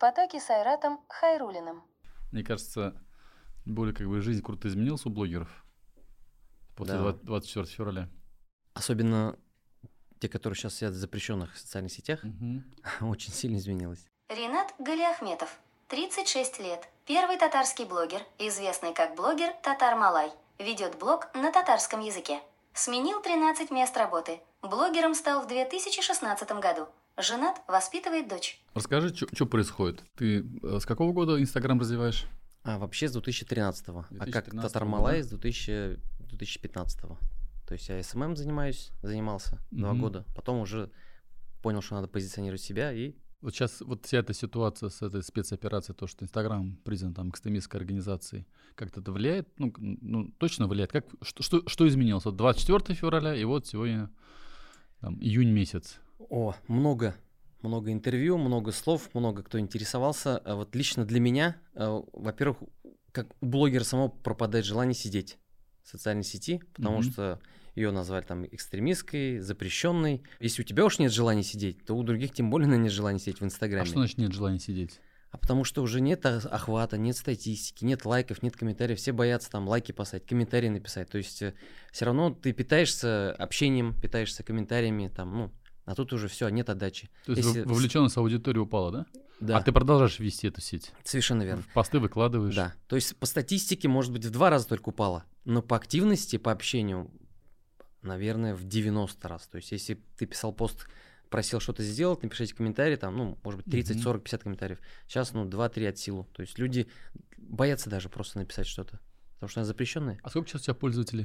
потоке с Айратом Хайруллиным. Мне кажется, более жизнь круто изменилась у блогеров после 24 февраля. Особенно те, которые сейчас сидят в запрещенных социальных сетях, очень сильно изменилась. Ринат Галиахметов, 36 лет, первый татарский блогер, известный как блогер Татар Малай, ведет блог на татарском языке. Сменил 13 мест работы. Блогером стал в 2016 году. Женат, воспитывает дочь. Расскажи, что происходит. Ты с какого года Инстаграм развиваешь? Вообще с 2013-го. А как Татар Малай с 2015-го. То есть я СММ занимался 2 года. Потом уже понял, что надо позиционировать себя и... Вот сейчас вся эта ситуация с этой спецоперацией, то, что Инстаграм признан экстремистской организацией, как-то это влияет? Точно влияет. Что изменилось? Вот 24 февраля и вот сегодня июнь месяц. Много интервью, много слов, много кто интересовался. А вот лично для меня, во-первых, как у блогера самого пропадает желание сидеть в социальной сети, потому что ее назвали экстремистской, запрещенной. Если у тебя уж нет желания сидеть, то у других тем более нет желания сидеть в Инстаграме. А что значит нет желания сидеть? Потому что уже нет охвата, нет статистики, нет лайков, нет комментариев. Все боятся лайки поставить, комментарии написать. То есть все равно ты питаешься общением, питаешься комментариями, а тут уже все, нет отдачи. То есть вовлеченность аудитории упала, да? Да. А ты продолжаешь вести эту сеть? Совершенно верно. Посты выкладываешь? Да. То есть по статистике, может быть, в 2 раза только упала, но по активности, по общению, наверное, в 90 раз. То есть если ты писал пост, просил что-то сделать, напишите комментарий, может быть, 30, 40, 50 комментариев. Сейчас, 2-3 от силы. То есть люди боятся даже просто написать что-то, потому что она запрещенная. А сколько сейчас у тебя пользователей?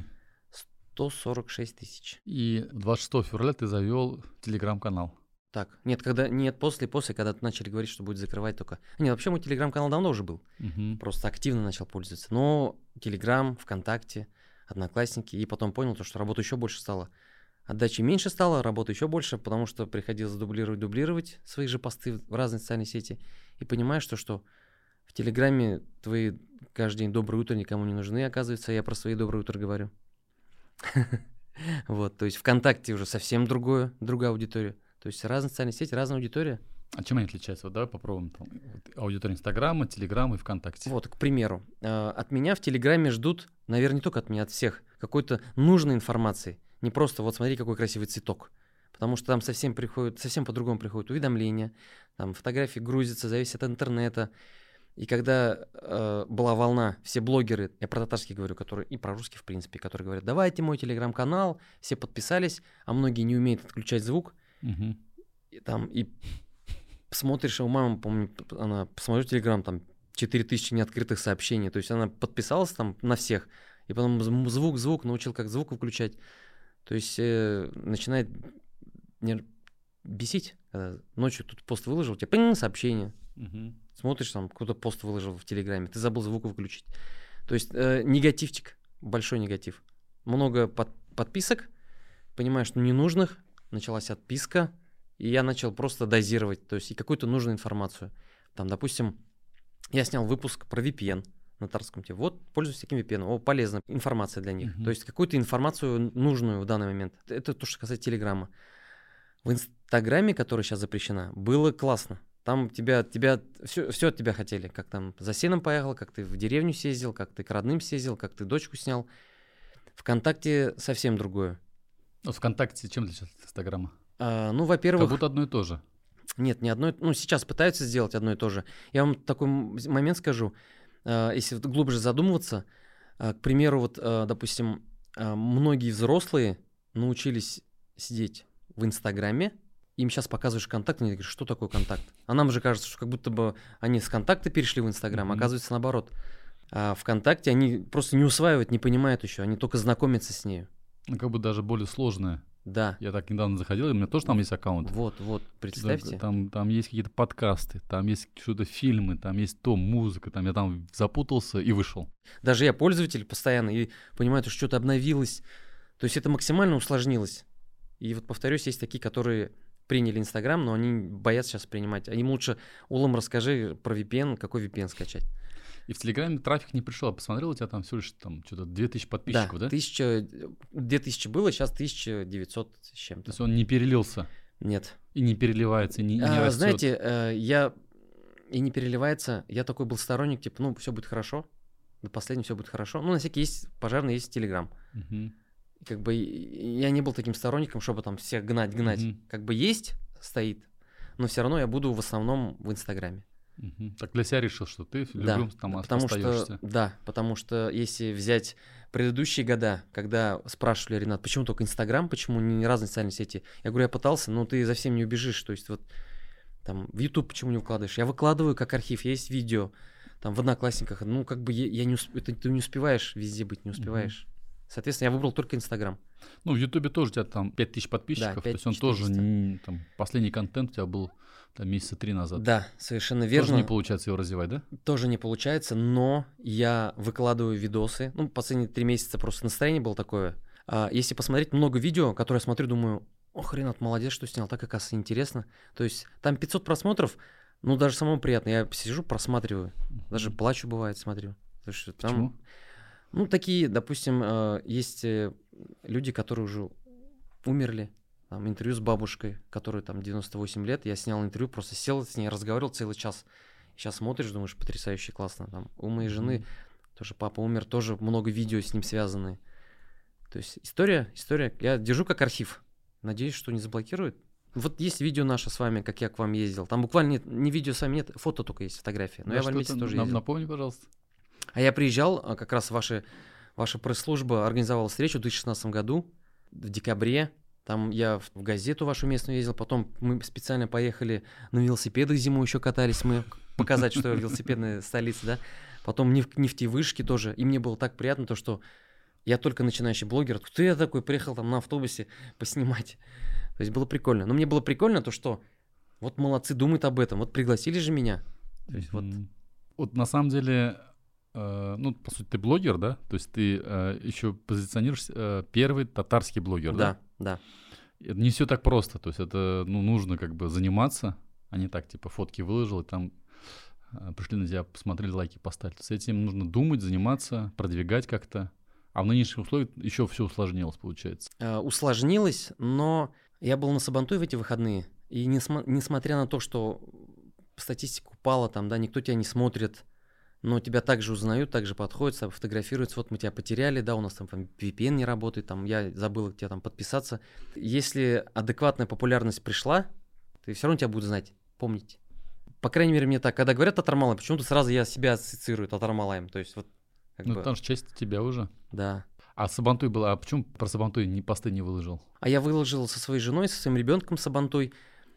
146 тысяч. И 26 февраля ты завел телеграм-канал. Так, после, когда начали говорить, что будет закрывать только... Нет, вообще мой телеграм-канал давно уже был. Просто активно начал пользоваться. Но телеграм, ВКонтакте, Одноклассники. И потом понял, что работы еще больше стало. Отдачи меньше стало, работы еще больше, потому что приходилось дублировать свои же посты в разные социальные сети. И понимаешь, что в телеграме твои каждый день доброе утро никому не нужны, оказывается. Я про свои доброе утро говорю. Вот, то есть ВКонтакте уже совсем другая аудитория. То есть разные социальные сети, разная аудитория. А чем они отличаются? Вот давай попробуем аудиторию Инстаграма, Телеграма и ВКонтакте. Вот, к примеру, от меня в Телеграме ждут, наверное, не только от меня, от всех, какой-то нужной информации. Не просто вот смотри, какой красивый цветок. Потому что там совсем по-другому приходят уведомления, там фотографии грузятся, зависит от интернета. И когда была волна, все блогеры, я про татарских говорю, которые, и про русских, в принципе, которые говорят, давайте мой телеграм-канал, все подписались, а многие не умеют отключать звук. И смотришь, а у мамы, помню, она посмотрю телеграм, 4000 неоткрытых сообщений, то есть она подписалась на всех, и потом звук, научил, как звук выключать. То есть начинает бесить, когда ночью тут пост выложил, у тебя сообщение. Смотришь, кто-то пост выложил в Телеграме, ты забыл звук выключить. То есть негативчик, большой негатив. Много подписок, понимаешь, что ненужных, началась отписка, и я начал просто дозировать, то есть и какую-то нужную информацию. Допустим, я снял выпуск про VPN на татарском TV. Вот, пользуюсь таким VPN, полезная информация для них. То есть какую-то информацию нужную в данный момент. Это то, что касается Телеграма. В Инстаграме, которая сейчас запрещена, было классно. Там тебя все от тебя хотели. Как за сеном поехал, как ты в деревню съездил, как ты к родным съездил, как ты дочку снял. ВКонтакте совсем другое. ВКонтакте чем отличается от Инстаграма? Во-первых... Как будто одно и то же. Нет, не одно. Сейчас пытаются сделать одно и то же. Я вам такой момент скажу. Если глубже задумываться, к примеру, допустим, многие взрослые научились сидеть в Инстаграме, им сейчас показываешь контакт, они говорят, что такое контакт? А нам же кажется, что как будто бы они с контакта перешли в Инстаграм, оказывается наоборот. А ВКонтакте они просто не усваивают, не понимают еще, они только знакомятся с ней. Как бы даже более сложное. Да. Я так недавно заходил, и у меня тоже там есть аккаунт. Вот, представьте. Там есть какие-то подкасты, там есть что-то фильмы, там есть музыка, я там запутался и вышел. Даже я пользователь постоянно и понимаю, что что-то обновилось. То есть это максимально усложнилось. И повторюсь, есть такие, которые приняли Инстаграм, но они боятся сейчас принимать. Им лучше, Улам, расскажи про VPN, какой VPN скачать. И в Телеграме трафик не пришел. Я посмотрел, у тебя там всего лишь что-то 2000 подписчиков, да? 2000 было, сейчас 1900 с чем-то. То есть он не перелился? Нет. И не переливается, и не растет? Знаете, я и не переливается. Я такой был сторонник, типа, ну, все будет хорошо, до последнего все будет хорошо. Ну, на всякий есть пожарный, есть Телеграм. Как бы я не был таким сторонником, чтобы там всех гнать. Как бы есть, стоит, но все равно я буду в основном в Инстаграме. Так для себя решил, что ты в любом там остаешься. Потому что если взять предыдущие года, когда спрашивали, Ренат, почему только Инстаграм, почему не разные социальные сети, я говорю, я пытался, но ты за всем не убежишь, то есть вот там в YouTube почему не выкладываешь? Я выкладываю как архив, есть видео, там в Одноклассниках, ну как бы ты не успеваешь везде быть, не успеваешь. Соответственно, я выбрал только Инстаграм. Ну, в Ютубе тоже у тебя там 5000 подписчиков, то есть он тоже, там, последний контент у тебя был там месяца 3 назад. Да, совершенно верно. Тоже не получается его развивать, да? Тоже не получается, но я выкладываю видосы. Ну, последние 3 месяца просто настроение было такое. Если посмотреть много видео, которые я смотрю, думаю, ох, Ренат, молодец, что снял, так, оказывается, интересно. То есть там 500 просмотров, ну, даже самому приятно. Я сижу, просматриваю, даже плачу, бывает, смотрю. Потому что там... Почему? Ну, такие, допустим, есть люди, которые уже умерли. Там интервью с бабушкой, которой там 98 лет. Я снял интервью, просто сел с ней, разговаривал целый час. Сейчас смотришь, думаешь, потрясающе, классно. Там, у моей жены тоже папа умер, тоже много видео с ним связаны. То есть история. Я держу как архив. Надеюсь, что не заблокируют. Вот есть видео наше с вами, как я к вам ездил. Там буквально нет, не видео с вами нет, фото только есть, фотографии. Но я в Альметьевск тоже ездил. Напомни, пожалуйста. А я приезжал, как раз ваша пресс-служба организовала встречу в 2016 году, в декабре. Там я в газету вашу местную ездил, потом мы специально поехали на велосипедах зимой еще катались, мы показать, что велосипедная столица, да. Потом нефтевышки тоже, и мне было так приятно, то, что я только начинающий блогер, кто я такой, приехал там на автобусе поснимать. То есть было прикольно. Но мне было прикольно то, что вот молодцы, думают об этом, вот пригласили же меня. То есть вот на самом деле... Ну, по сути, ты блогер, да? То есть ты еще позиционируешься первый татарский блогер, да? Да. Это не все так просто. То есть это, ну, нужно как бы заниматься, а не так, типа, фотки выложил, и там пришли на тебя, посмотрели, лайки поставили. С этим нужно думать, заниматься, продвигать как-то. А в нынешних условиях еще все усложнилось, получается. Усложнилось, но я был на Сабантуе в эти выходные, и несмотря на то, что статистика упала, там, да, никто тебя не смотрит, но тебя также узнают, также подходят, фотографируются, вот мы тебя потеряли, да, у нас там VPN не работает, там я забыл тебя там подписаться. Если адекватная популярность пришла, то все равно тебя будут знать, помнить. По крайней мере, мне так, когда говорят Татар Малай, почему-то сразу я себя ассоциирую Татар Малаем, то есть вот как бы... там же часть тебя уже. Да. А Сабантуй была, а почему про Сабантуй посты не выложил? А я выложил со своей женой, со своим ребенком Сабантуй.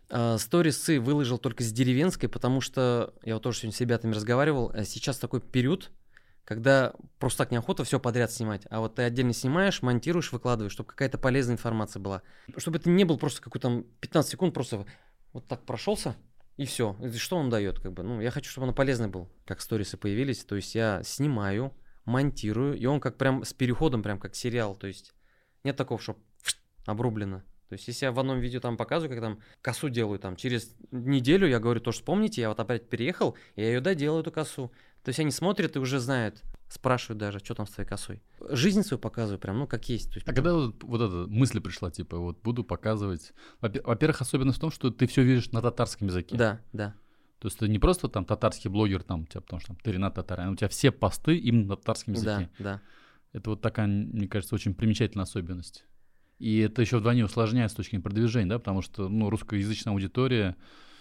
Сторисы выложил только с деревенской, потому что я вот тоже сегодня с ребятами разговаривал. Сейчас такой период, когда просто так неохота все подряд снимать, а вот ты отдельно снимаешь, монтируешь, выкладываешь, чтобы какая-то полезная информация была. Чтобы это не был просто какой-то там 15 секунд, просто вот так прошелся, и все. Что он дает? Как бы? Ну, я хочу, чтобы он полезный был, как сторисы появились. То есть я снимаю, монтирую, и он как прям с переходом, прям как сериал. То есть нет такого, что обрублено. То есть, если я в одном видео там показываю, как там косу делаю, там через неделю я говорю, тоже вспомните, я вот опять переехал, и я ее доделаю, эту косу. То есть, они смотрят и уже знают, спрашивают даже, что там с твоей косой. Жизнь свою показываю прям, ну, как есть. То есть, когда вот эта мысль пришла, типа, вот буду показывать... Во-первых, особенность в том, что ты все видишь на татарском языке. Да. То есть, ты не просто там татарский блогер, там, тебя, потому что там, ты Ренат Татар, а у тебя все посты именно на татарском языке. Да. Это вот такая, мне кажется, очень примечательная особенность. И это еще вдвойне усложняет с точки зрения продвижения, да, потому что, ну, русскоязычная аудитория,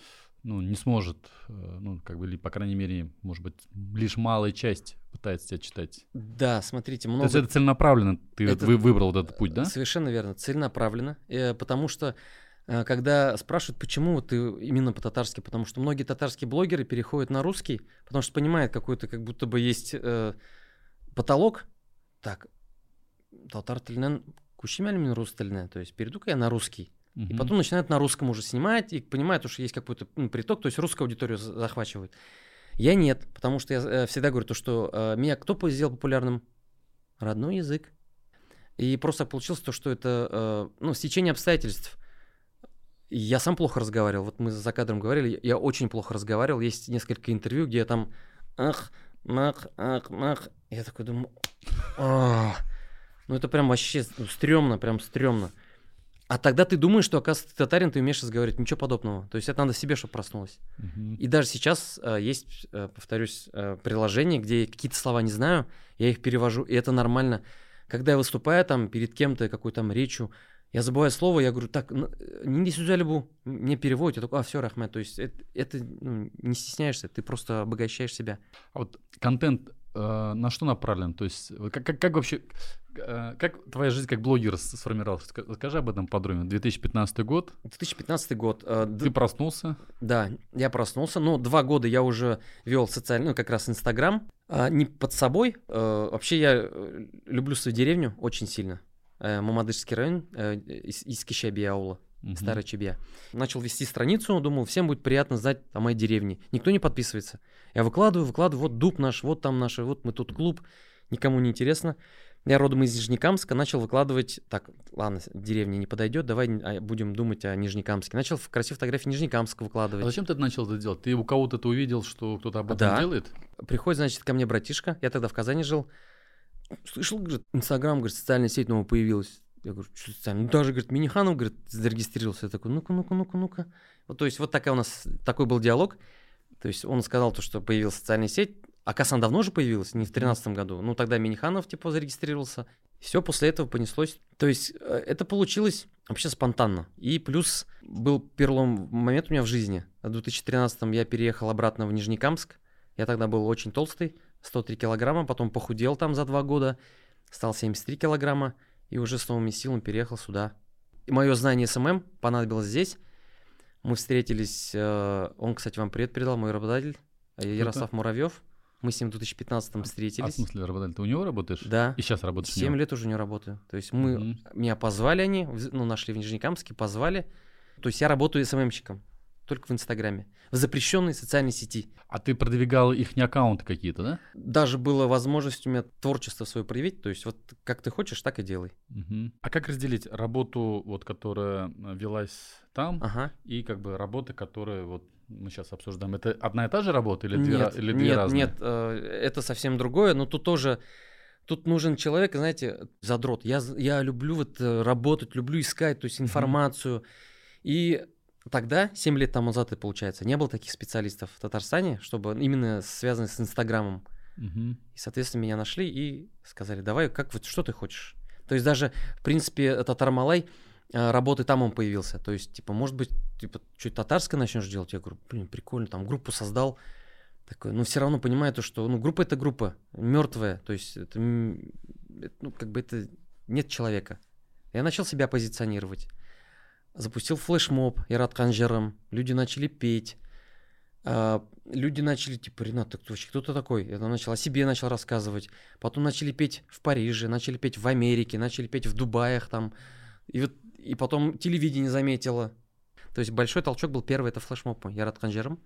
ну, не сможет, ну, как бы, или, по крайней мере, может быть, лишь малая часть пытается тебя читать. Да, смотрите, много... То есть это целенаправленно, ты выбрал вот этот путь, да? Совершенно верно, целенаправленно, потому что, когда спрашивают, почему ты именно по-татарски, потому что многие татарские блогеры переходят на русский, потому что понимают, какой-то, как будто бы есть потолок, так, татар тілінен күшімәлімін рус тіліне, то есть перейду-ка я на русский. И потом начинают на русском уже снимать и понимают, что есть какой-то приток, то есть русскую аудиторию захвачивают. Я нет, потому что я всегда говорю то, что меня кто сделал популярным? Родной язык. И просто получилось то, что это, ну, стечение обстоятельств. Я сам плохо разговаривал, вот мы за кадром говорили, я очень плохо разговаривал, есть несколько интервью, где я там ах, мах, я такой думаю, ну это прям вообще стрёмно, прям стрёмно. А тогда ты думаешь, что, оказывается, ты татарин, ты умеешь разговаривать. Ничего подобного. То есть это надо себе, чтобы проснулось. И даже сейчас есть, повторюсь, приложение, где я какие-то слова не знаю, я их перевожу, и это нормально. Когда я выступаю там перед кем-то, какой-то там речью, я забываю слово, я говорю, так, не сюда любу, мне переводят, я такой, все, Рахмет, то есть это не стесняешься, ты просто обогащаешь себя. А вот контент на что направлен? То есть как вообще, как твоя жизнь как блогера сформировалась? Скажи об этом подробнее. 2015 год. 2015 год. Ты проснулся? Да, я проснулся. 2 года я уже вел социальный, как раз Инстаграм. Не под собой. Вообще я люблю свою деревню очень сильно. Мамадышский район, из Кишебия аула. Старая Чебия. Начал вести страницу, думал, всем будет приятно знать о моей деревне. Никто не подписывается. Я выкладываю, вот дуб наш, вот там наш, вот мы тут клуб, никому не интересно. Я родом из Нижнекамска, начал выкладывать, так, ладно, деревня не подойдет, давай будем думать о Нижнекамске. Начал красивые фотографии Нижнекамска выкладывать. А зачем ты начал это делать? Ты у кого-то это увидел, что кто-то об этом делает? Приходит, значит, ко мне братишка, я тогда в Казани жил. Слышал, говорит, Инстаграм, говорит, социальная сеть новая появилась. Я говорю, что социальная? Ну, даже, говорит, Миниханов, говорит, зарегистрировался. Я такой, ну-ка. Вот, то есть вот такой был диалог. То есть он сказал то, что появилась социальная сеть. Оказывается, она давно уже появилась, не в 2013 году. Ну, тогда Миниханов, типа, зарегистрировался. Все после этого понеслось. То есть это получилось вообще спонтанно. И плюс был перелом момент у меня в жизни. В 2013 я переехал обратно в Нижнекамск. Я тогда был очень толстый, 103 килограмма. Потом похудел там за 2 года. Стал 73 килограмма. И уже с новыми силами переехал сюда. И мое знание СММ понадобилось здесь. Мы встретились, он, кстати, вам привет передал, мой работодатель, Ярослав Муравьев. Мы с ним в 2015-м встретились. А в смысле работодатель? Ты у него работаешь? Да. И сейчас работаешь? 7 лет уже у него работаю. То есть меня позвали они, нашли в Нижнекамске, позвали. То есть я работаю СММщиком, только в Инстаграме, в запрещенной социальной сети. А ты продвигал их не аккаунты какие-то, да? Даже была возможность у меня творчество свое проявить, то есть вот как ты хочешь, так и делай. А как разделить работу, вот, которая велась там, и как бы работа, которая вот мы сейчас обсуждаем? Это одна и та же работа или две разные? Нет, это совсем другое, но тут тоже... Тут нужен человек, знаете, задрот. Я люблю вот работать, люблю искать, то есть информацию. И тогда, 7 лет тому назад, это получается, не было таких специалистов в Татарстане, чтобы именно связаны с Инстаграмом. И, соответственно, меня нашли и сказали, давай, что ты хочешь? То есть даже, в принципе, Татар Малай, работы там он появился. То есть, типа, может быть, типа, что-то татарское начнешь делать? Я говорю, блин, прикольно, там группу создал. Такой, но все равно понимаю то, что группа — это группа, мертвая. То есть, это, как бы это нет человека. Я начал себя позиционировать. Запустил флешмоб, я рад канжером, люди начали петь, люди начали, типа, Ренат, ты кто ты такой? Я начал о себе рассказывать, потом начали петь в Париже, начали петь в Америке, начали петь в Дубаях там, и потом телевидение заметило. То есть большой толчок был первый, это флешмоб мой, я рад канжером.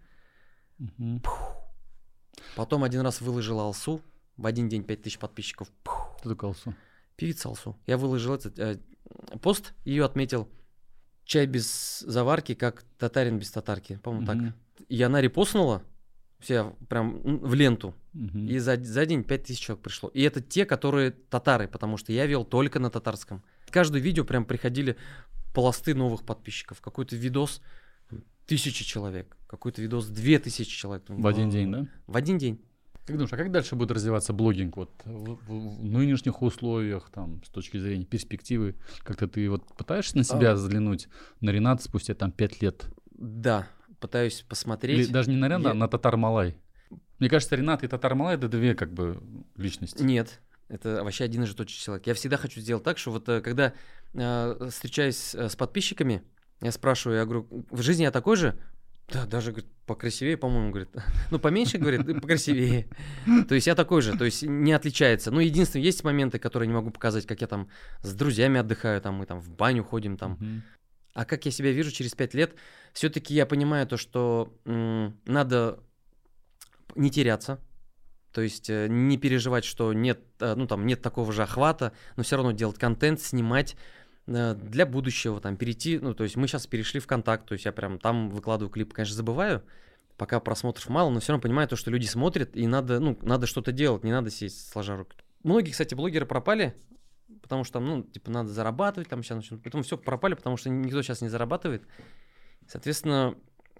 Потом один раз выложил Алсу, в один день 5000 подписчиков. Кто такой Алсу? Певица Алсу. Я выложил этот пост, ее отметил. Чай без заварки, как татарин без татарки, по-моему, так. И она репостнула все прям в ленту. И за день 5000 человек пришло. И это те, которые татары, потому что я вел только на татарском. Каждое видео прям приходили пласты новых подписчиков. Какой-то видос 1000 человек, какой-то видос 2000 человек. В один день, да? В один день. Как думаешь, а как дальше будет развиваться блогинг вот в нынешних условиях, там, с точки зрения перспективы? Как-то ты вот пытаешься на себя взглянуть, на Рената спустя там 5 лет? Да, пытаюсь посмотреть. Или даже не на Рената, а на Татар Малай. Мне кажется, Ренат и Татар Малай — это две как бы личности. Нет, это вообще один и же тот же человек. Я всегда хочу сделать так, что вот когда встречаюсь с подписчиками, я спрашиваю, я говорю, в жизни я такой же? Да, даже, говорит, покрасивее, по-моему, говорит. Ну, поменьше, говорит, и покрасивее. То есть я такой же, то есть не отличается. Ну, единственное, есть моменты, которые не могу показать, как я там с друзьями отдыхаю, там мы там в баню ходим, там. А как я себя вижу через 5 лет, все-таки я понимаю то, что надо не теряться. То есть не переживать, что нет, нет такого же охвата, но все равно делать контент, снимать. Для будущего там перейти, то есть мы сейчас перешли в контакт, то есть я прям там выкладываю клип, конечно, забываю, пока просмотров мало, но все равно понимаю то, что люди смотрят, и надо что-то делать, не надо сесть сложа руки. Многие, кстати, блогеры пропали, потому что там, ну, типа, надо зарабатывать, там сейчас начнут. Поэтому все пропали, потому что никто сейчас не зарабатывает. Соответственно,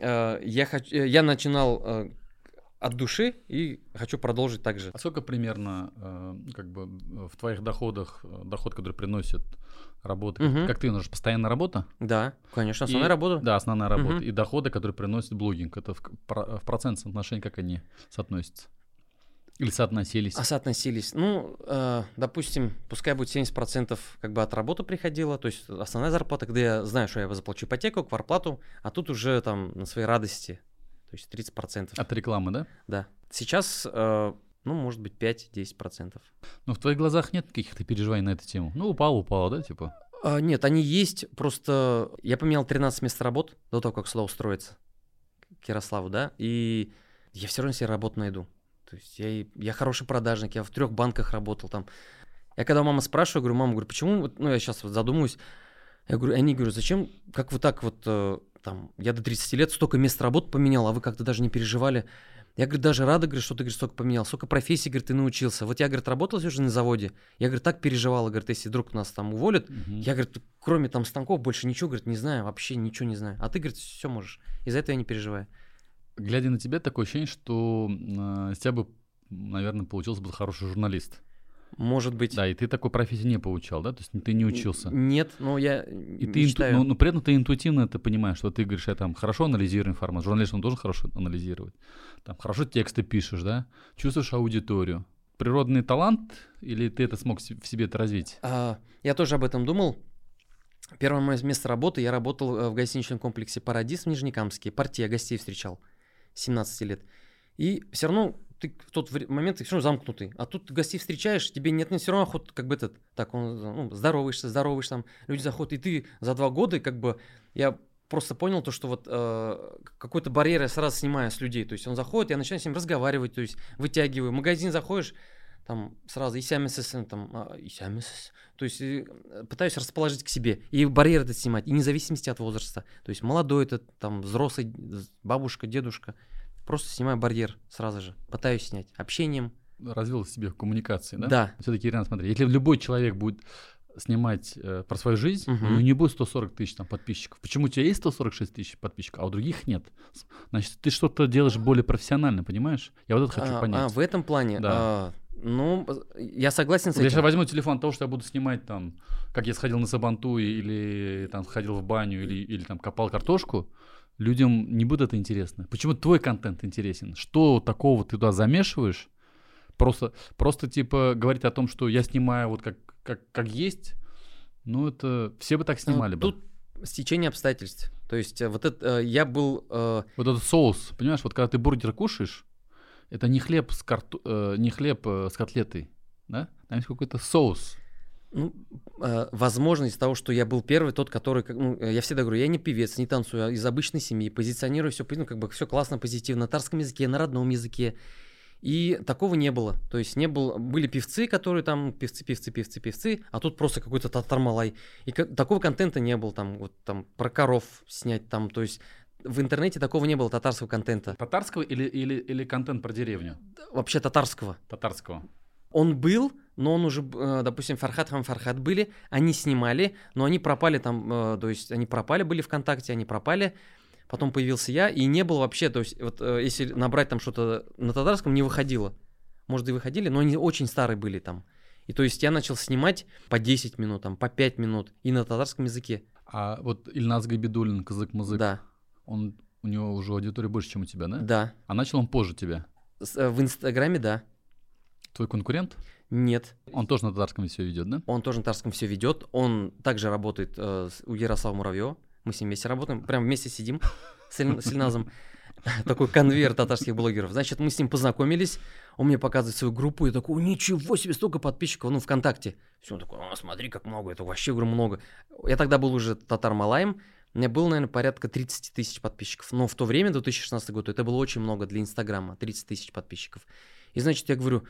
я начинал от души и хочу продолжить так же. А сколько примерно как бы в твоих доходах, доход, который приносит работа, как ты же постоянная работа? Да, конечно, основная работа. Да, основная работа. И доходы, которые приносит блогинг, это в процентном соотношении, как они соотносятся? Или соотносились? Соотносились. Ну, допустим, пускай будет 70% как бы от работы приходило, то есть основная зарплата, когда я знаю, что я заплачу ипотеку, квартплату, а тут уже там на своей радости, то есть 30%. От рекламы, да? Да. Сейчас, ну, может быть, 5-10%. Но в твоих глазах нет каких-то переживаний на эту тему? Ну, упало, да, типа? Нет, они есть, просто я поменял 13 мест работ до того, как сюда устроиться, к Ярославу, да, и я все равно себе работу найду. То есть я хороший продажник, я в 3 банках работал там. Я когда мама спрашиваю, говорю, мама, почему, ну, я сейчас вот задумываюсь, я говорю, они говорят, зачем, как вы так вот, там, я до 30 лет столько мест работ поменял, а вы как-то даже не переживали. Я, говорю, даже рада, говорю, что ты, говорит, столько поменял, столько профессий, говорит, ты научился. Вот я, говорит, работал уже на заводе, я, говорит, так переживала, говорит, если вдруг нас там уволят, я, говорит, кроме там станков больше ничего, говорит, не знаю, вообще ничего не знаю. А ты, говорит, все можешь. Из-за этого я не переживаю. Глядя на тебя, такое ощущение, что из тебя бы, наверное, получился бы хороший журналист. Может быть. Да, и ты такой профессии не получал, да? То есть ты не учился. Нет, но я не считаю. Но при этом ты интуитивно это понимаешь, что ты говоришь, я там хорошо анализирую информацию. Журналист, он должен хорошо анализировать. Там хорошо тексты пишешь, да? Чувствуешь аудиторию. Природный талант или ты это смог в себе это развить? Я тоже об этом думал. Первое мое место работы, я работал в гостиничном комплексе «Парадис» в Нижнекамске. Партия гостей встречал 17 лет. И все равно ты в тот момент ты все равно замкнутый. А тут гостей встречаешь, тебе нет все равно охоты, как бы так, здороваешься, там, люди заходят, и ты за 2 года, как бы, я просто понял то, что вот какой-то барьер я сразу снимаю с людей. То есть он заходит, я начинаю с ним разговаривать, то есть вытягиваю. В магазин заходишь, там сразу то есть пытаюсь расположить к себе и барьер этот снимать, и вне зависимости от возраста. То есть молодой этот, там, взрослый, бабушка, дедушка. Просто снимаю барьер сразу же, пытаюсь снять общением. Развил себе в коммуникации, да? Да. Все-таки, Ирина, смотри, если любой человек будет снимать про свою жизнь, у него не будет 140 тысяч там подписчиков. Почему у тебя есть 146 тысяч подписчиков, а у других нет? Значит, ты что-то делаешь более профессионально, понимаешь? Я вот это хочу понять. В этом плане? Да. Ну, я согласен с этим. Я сейчас возьму телефон того, что я буду снимать там, как я сходил на Сабантуй или там сходил в баню или там копал картошку, людям не будет это интересно. Почему твой контент интересен? Что такого ты туда замешиваешь? Просто типа говорить о том, что я снимаю вот как есть, ну это все бы так снимали бы. Тут стечение обстоятельств. То есть вот это я был... Вот этот соус, понимаешь, вот когда ты бургер кушаешь, это не хлеб с котлетой, да? Там есть какой-то соус. Ну, возможно, из-за того, что я был первый, тот, который, ну, я всегда говорю, я не певец, не танцую, а из обычной семьи, позиционирую все, ну, как бы все классно, позитивно, на татарском языке, на родном языке. И такого не было. То есть не было, были певцы, которые там, певцы, а тут просто какой-то татар-малай. И такого контента не было, там, вот там про коров снять, там, то есть в интернете такого не было, татарского контента. Татарского или контент про деревню? Вообще татарского. Татарского. Он был, но он уже, допустим, Фархат были, они снимали, но они пропали там, то есть они пропали, были ВКонтакте, они пропали, потом появился я, и не было вообще, то есть вот если набрать там что-то на татарском, не выходило. Может, и выходили, но они очень старые были там. И то есть я начал снимать по 10 минут, там, по 5 минут, и на татарском языке. А вот Ильназ Габидуллин, Кызык-музык, да. У него уже аудитория больше, чем у тебя, да? Да. А начал он позже тебя? В Инстаграме, да. Твой конкурент? Нет. Он тоже на татарском все ведет, да? Он тоже на татарском все ведет. Он также работает у Ярослава Муравьева. Мы с ним вместе работаем. Прям вместе сидим с Ильназом. Такой конвейер татарских блогеров. Значит, мы с ним познакомились. Он мне показывает свою группу. Я такой, ничего себе, столько подписчиков. Ну, ВКонтакте. Все, он такой, смотри, как много. Это вообще, говорю, много. Я тогда был уже татар-малаем. У меня было, наверное, порядка 30 тысяч подписчиков. Но в то время, 2016 год, это было очень много для Инстаграма. 30 тысяч подписчиков. И, значит, я говорю,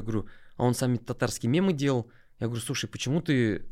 а он сами татарские мемы делал. Я говорю, слушай, почему ты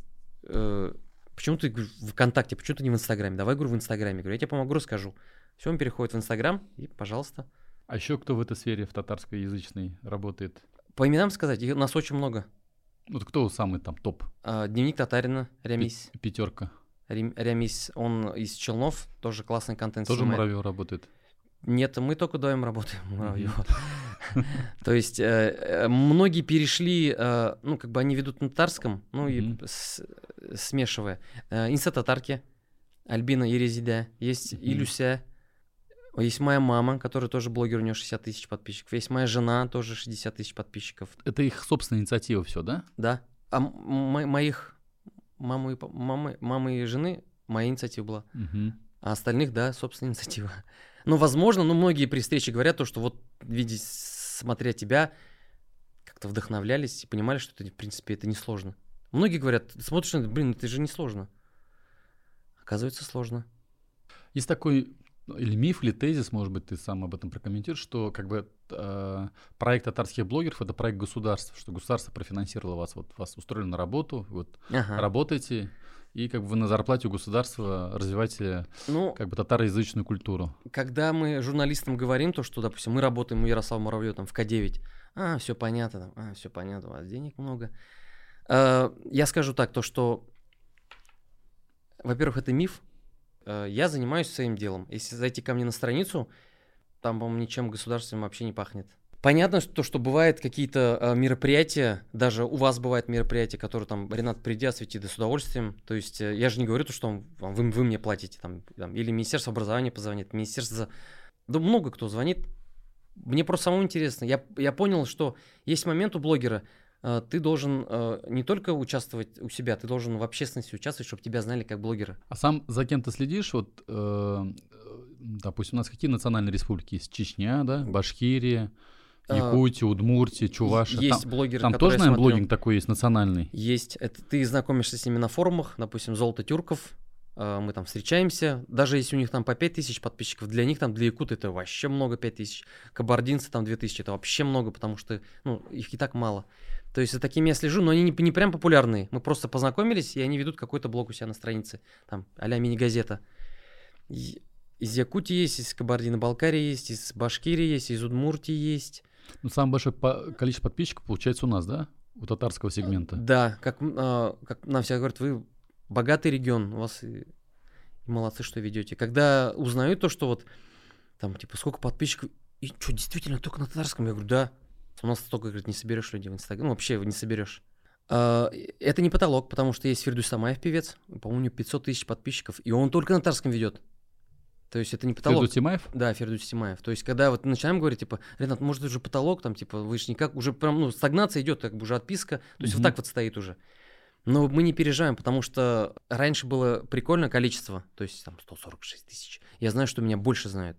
ВКонтакте, почему ты не в Инстаграме? Давай, говорю, в Инстаграме. Говорю, я тебе помогу, расскажу. Все, он переходит в Инстаграм, и, пожалуйста. А еще кто в этой сфере, в татарскоязычной, работает? По именам сказать, нас очень много. Вот кто самый там топ? Дневник татарина, Рямис. Пятерка. Рямис, он из Челнов, тоже классный контент тоже снимает. Муравьев работает? Нет, мы только вдвоем работаем, Муравьев. То есть многие перешли, ну, как бы они ведут на татарском, ну, и смешивая. Инста-татарки, Альбина Ерезида, есть Илюся, есть моя мама, которая тоже блогер, у нее 60 тысяч подписчиков, есть моя жена, тоже 60 тысяч подписчиков. Это их собственная инициатива все, да? Да. А моих мамы и жены моя инициатива была. А остальных, да, собственная инициатива. Ну, возможно, но многие при встрече говорят то, что вот, видеть, смотря тебя, как-то вдохновлялись и понимали, что это, в принципе, это несложно. Многие говорят, смотришь, блин, это же несложно. Оказывается, сложно. Есть такой или миф, или тезис, может быть, ты сам об этом прокомментируешь, что как бы проект татарских блогеров — это проект государства, что государство профинансировало вас, вот вас устроили на работу, вот работаете, и как бы вы на зарплате у государства развиваете как бы татароязычную культуру. Когда мы журналистам говорим то, что, допустим, мы работаем у Ярослава Муравьева там в К9, все понятно, все понятно, у вас денег много. Я скажу так, то, что, во-первых, это миф. Я занимаюсь своим делом. Если зайти ко мне на страницу, там, по-моему, ничем государственным вообще не пахнет. Понятно, что бывают какие-то мероприятия, даже у вас бывают мероприятия, которые там Ренат, приди, освети, да с удовольствием. То есть я же не говорю то, что вы мне платите, там, или Министерство образования позвонит, Министерство... Да много кто звонит. Мне просто самому интересно. Я понял, что есть момент у блогера, ты должен не только участвовать у себя, ты должен в общественности участвовать, чтобы тебя знали как блогера. А сам за кем ты следишь? Вот, допустим, у нас какие национальные республики есть? Чечня, да, Башкирия, Якутия, Удмуртия, Чувашия. Есть там, блогеры, там тоже, наверное, блогинг такой есть национальный? Есть. Это ты знакомишься с ними на форумах, допустим, Золото тюрков. Мы там встречаемся. Даже если у них там по 5000 подписчиков, для них там, для якут это вообще много, 5000. Кабардинцы там 2000, это вообще много, потому что, их и так мало. То есть за такими я слежу, но они не прям популярные. Мы просто познакомились, и они ведут какой-то блог у себя на странице. Там а-ля мини-газета. Из Якутии есть, из Кабардино-Балкарии есть, из Башкирии есть, из Удмуртии есть. Ну, самое большое количество подписчиков получается у нас, да? У татарского сегмента. Да, как нам все говорят, вы богатый регион, у вас и молодцы, что ведете. Когда узнают то, что вот там, типа, сколько подписчиков, и что, действительно, только на татарском? Я говорю, да. У нас столько, говорит, не соберешь людей в Инстаграме. Вообще не соберешь. Это не потолок, потому что есть Фирдус Самаев, певец. По-моему, у него 500 тысяч подписчиков. И он только на татарском ведет. То есть это не потолок. Фирдус Тимаев? Да, Фирдус Тимаев. То есть когда вот начинаем говорить, типа, Ренат, может, это уже потолок, там, типа, вы же никак, уже прям, стагнация идет, как бы уже отписка. То есть вот так вот стоит уже. Но мы не переживаем, потому что раньше было прикольное количество. То есть там 146 тысяч. Я знаю, что меня больше знают.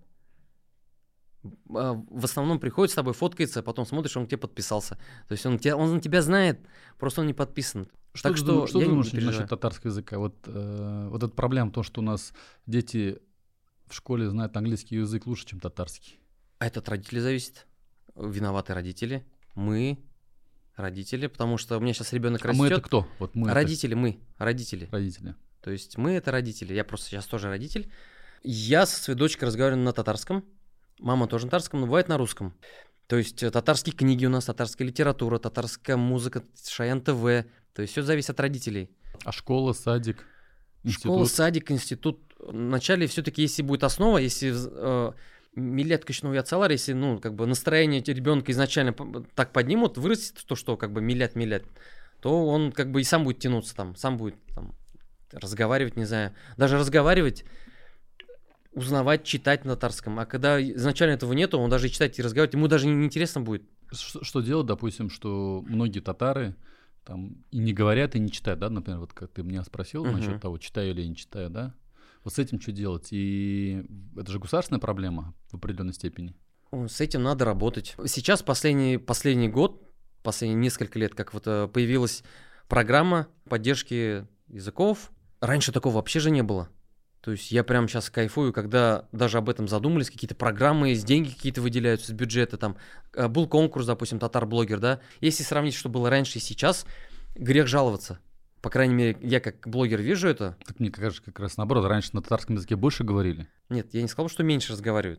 В основном приходит с тобой, фоткается, а потом смотришь, он к тебе подписался. То есть он тебя знает, просто он не подписан. Что ты думаешь насчет татарского языка? Вот эта проблема, то, что у нас дети в школе знают английский язык лучше, чем татарский. А это от родителей зависит. Виноваты родители. Мы, родители, потому что у меня сейчас ребенок растет. А мы это кто? Вот мы родители, мы, родители. Родители. То есть мы это родители. Я просто сейчас тоже родитель. Я со своей дочкой разговариваю на татарском. Мама тоже на татарском, но бывает на русском. То есть татарские книги у нас, татарская литература, татарская музыка, Шаян ТВ. То есть все зависит от родителей. А школа, садик, институт? Школа, садик, институт. Вначале все-таки, если будет основа, если миллет качнул яцалар, если настроение ребенка изначально так поднимут, вырастет то, что как бы миллет, то он как бы и сам будет тянуться там, сам будет там разговаривать, не знаю. Даже разговаривать, узнавать, читать на татарском. А когда изначально этого нету, он даже читать и разговаривать, ему даже не интересно будет. Что делать, допустим, что многие татары там и не говорят, и не читают, да, например, вот как ты меня спросил насчет того, читаю или не читаю, да? Вот с этим что делать? И это же государственная проблема в определенной степени. С этим надо работать. Сейчас последний год, последние несколько лет, как вот появилась программа поддержки языков. Раньше такого вообще же не было. То есть я прямо сейчас кайфую, когда даже об этом задумались, какие-то программы есть, деньги какие-то выделяются из бюджета, там был конкурс, допустим, татар-блогер, да. Если сравнить, что было раньше и сейчас, грех жаловаться. По крайней мере, я как блогер вижу это. Так мне кажется, как раз наоборот, раньше на татарском языке больше говорили. Нет, я не сказал, что меньше разговаривают.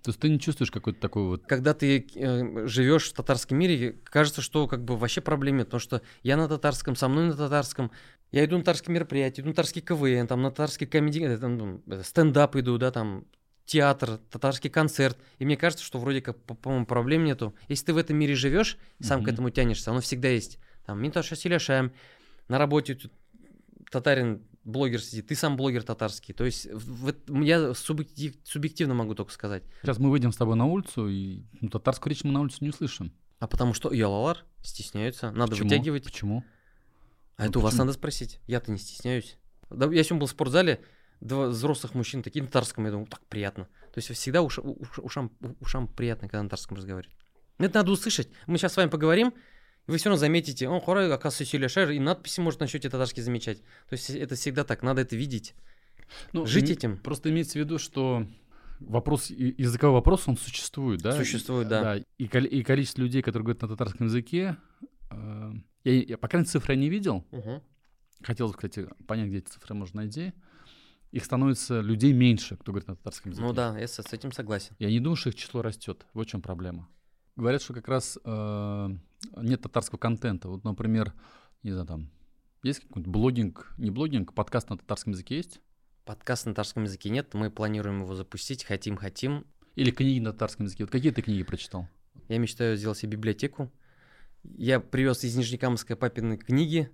То есть ты не чувствуешь какой-то такой вот... Когда ты живешь в татарском мире, кажется, что как бы вообще проблем нет, потому что я на татарском, со мной на татарском, я иду на татарские мероприятия, иду на татарский КВН, там, на татарский комедий, стендап иду, да, там, театр, татарский концерт, и мне кажется, что вроде как, по-моему, проблем нету. Если ты в этом мире живешь, сам к этому тянешься, оно всегда есть. Там, Минташа Силяшаем, на работе татарин, блогер сидит, ты сам блогер татарский. То есть я субъективно могу только сказать. Сейчас мы выйдем с тобой на улицу, и татарскую речь мы на улице не услышим. А потому что ялалар стесняются, надо Почему? вытягивать. Почему? А это у вас надо спросить. Я-то не стесняюсь. Да, я сегодня был в спортзале, 2 взрослых мужчин, такие на татарском, я думаю, так приятно. То есть всегда ушам приятно, когда на татарском разговаривают. Это надо услышать. Мы сейчас с вами поговорим, и вы все равно заметите, он хорай, оказывается, Сюлешер, и надписи может начнете татарский замечать. То есть это всегда так, надо это видеть. Жить этим. Просто имеется в виду, что языковой вопрос, он существует, да? Существует, да. И количество людей, которые говорят на татарском языке, я по крайней мере, цифры не видел. Хотелось, кстати, понять, где эти цифры можно найти. Их становится людей меньше, кто говорит на татарском языке. Ну да, я с этим согласен. Я не думаю, что их число растет. Вот в чем проблема. Говорят, что как раз нет татарского контента. Вот, например, не знаю, там есть какой-нибудь блогинг, не блогинг, подкаст на татарском языке есть? Подкаст на татарском языке нет, мы планируем его запустить, хотим. Или книги на татарском языке. Вот какие ты книги прочитал? Я мечтаю сделать себе библиотеку. Я привез из Нижнекамска папины книги.